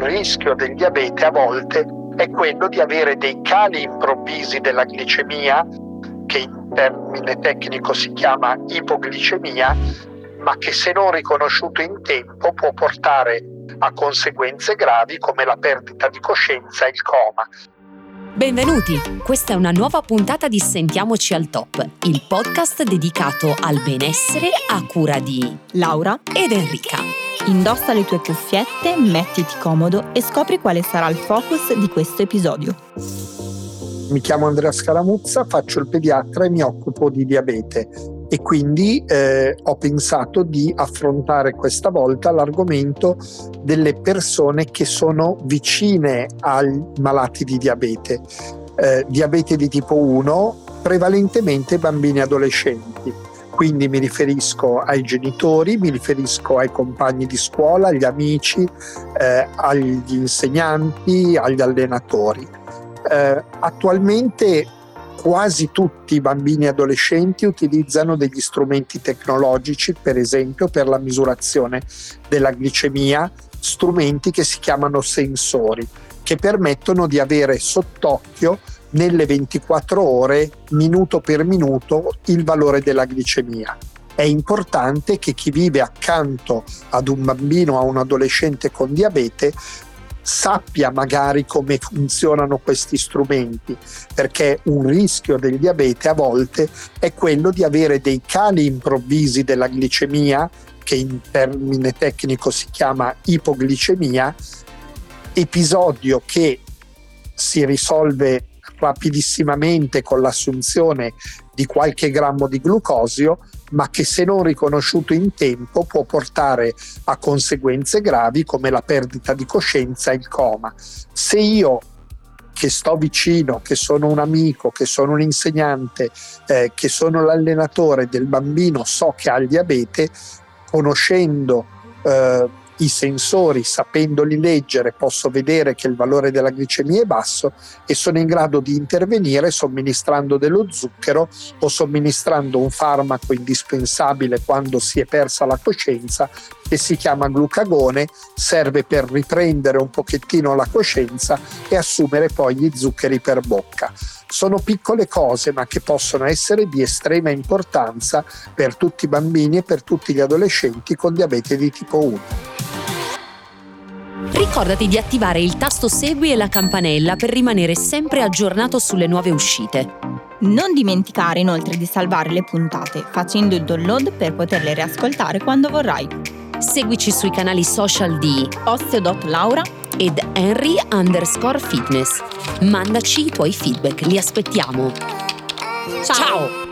rischio del diabete a volte è quello di avere dei cali improvvisi della glicemia, che in termine tecnico si chiama ipoglicemia, ma che se non riconosciuto in tempo può portare a conseguenze gravi come la perdita di coscienza e il coma. Benvenuti! Questa è una nuova puntata di Sentiamoci al Top, il podcast dedicato al benessere a cura di Laura ed Enrica. Indossa le tue cuffiette, mettiti comodo e scopri quale sarà il focus di questo episodio. Mi chiamo Andrea Scaramuzza, faccio il pediatra e mi occupo di diabete e quindi ho pensato di affrontare questa volta l'argomento delle persone che sono vicine ai malati di diabete. Diabete di tipo 1, prevalentemente bambini e adolescenti. Quindi mi riferisco ai genitori, mi riferisco ai compagni di scuola, agli amici, agli insegnanti, agli allenatori. Attualmente quasi tutti i bambini e adolescenti utilizzano degli strumenti tecnologici, per esempio per la misurazione della glicemia, strumenti che si chiamano sensori, che permettono di avere sott'occhio nelle 24 ore, minuto per minuto, il valore della glicemia. È importante che chi vive accanto ad un bambino o a un adolescente con diabete sappia magari come funzionano questi strumenti, perché un rischio del diabete a volte è quello di avere dei cali improvvisi della glicemia, che in termine tecnico si chiama ipoglicemia, episodio che si risolve rapidissimamente con l'assunzione di qualche grammo di glucosio, ma che se non riconosciuto in tempo può portare a conseguenze gravi come la perdita di coscienza e il coma. Se io, che sto vicino, che sono un amico, che sono un insegnante, che sono l'allenatore del bambino, so che ha il diabete, conoscendo i sensori, sapendoli leggere, posso vedere che il valore della glicemia è basso e sono in grado di intervenire somministrando dello zucchero o somministrando un farmaco indispensabile quando si è persa la coscienza, che si chiama glucagone, serve per riprendere un pochettino la coscienza e assumere poi gli zuccheri per bocca. Sono piccole cose, ma che possono essere di estrema importanza per tutti i bambini e per tutti gli adolescenti con diabete di tipo 1. Ricordati di attivare il tasto Segui e la campanella per rimanere sempre aggiornato sulle nuove uscite. Non dimenticare inoltre di salvare le puntate facendo il download per poterle riascoltare quando vorrai. Seguici sui canali social di Osteo.Laura ed Henry_Fitness. Mandaci i tuoi feedback, li aspettiamo. Ciao!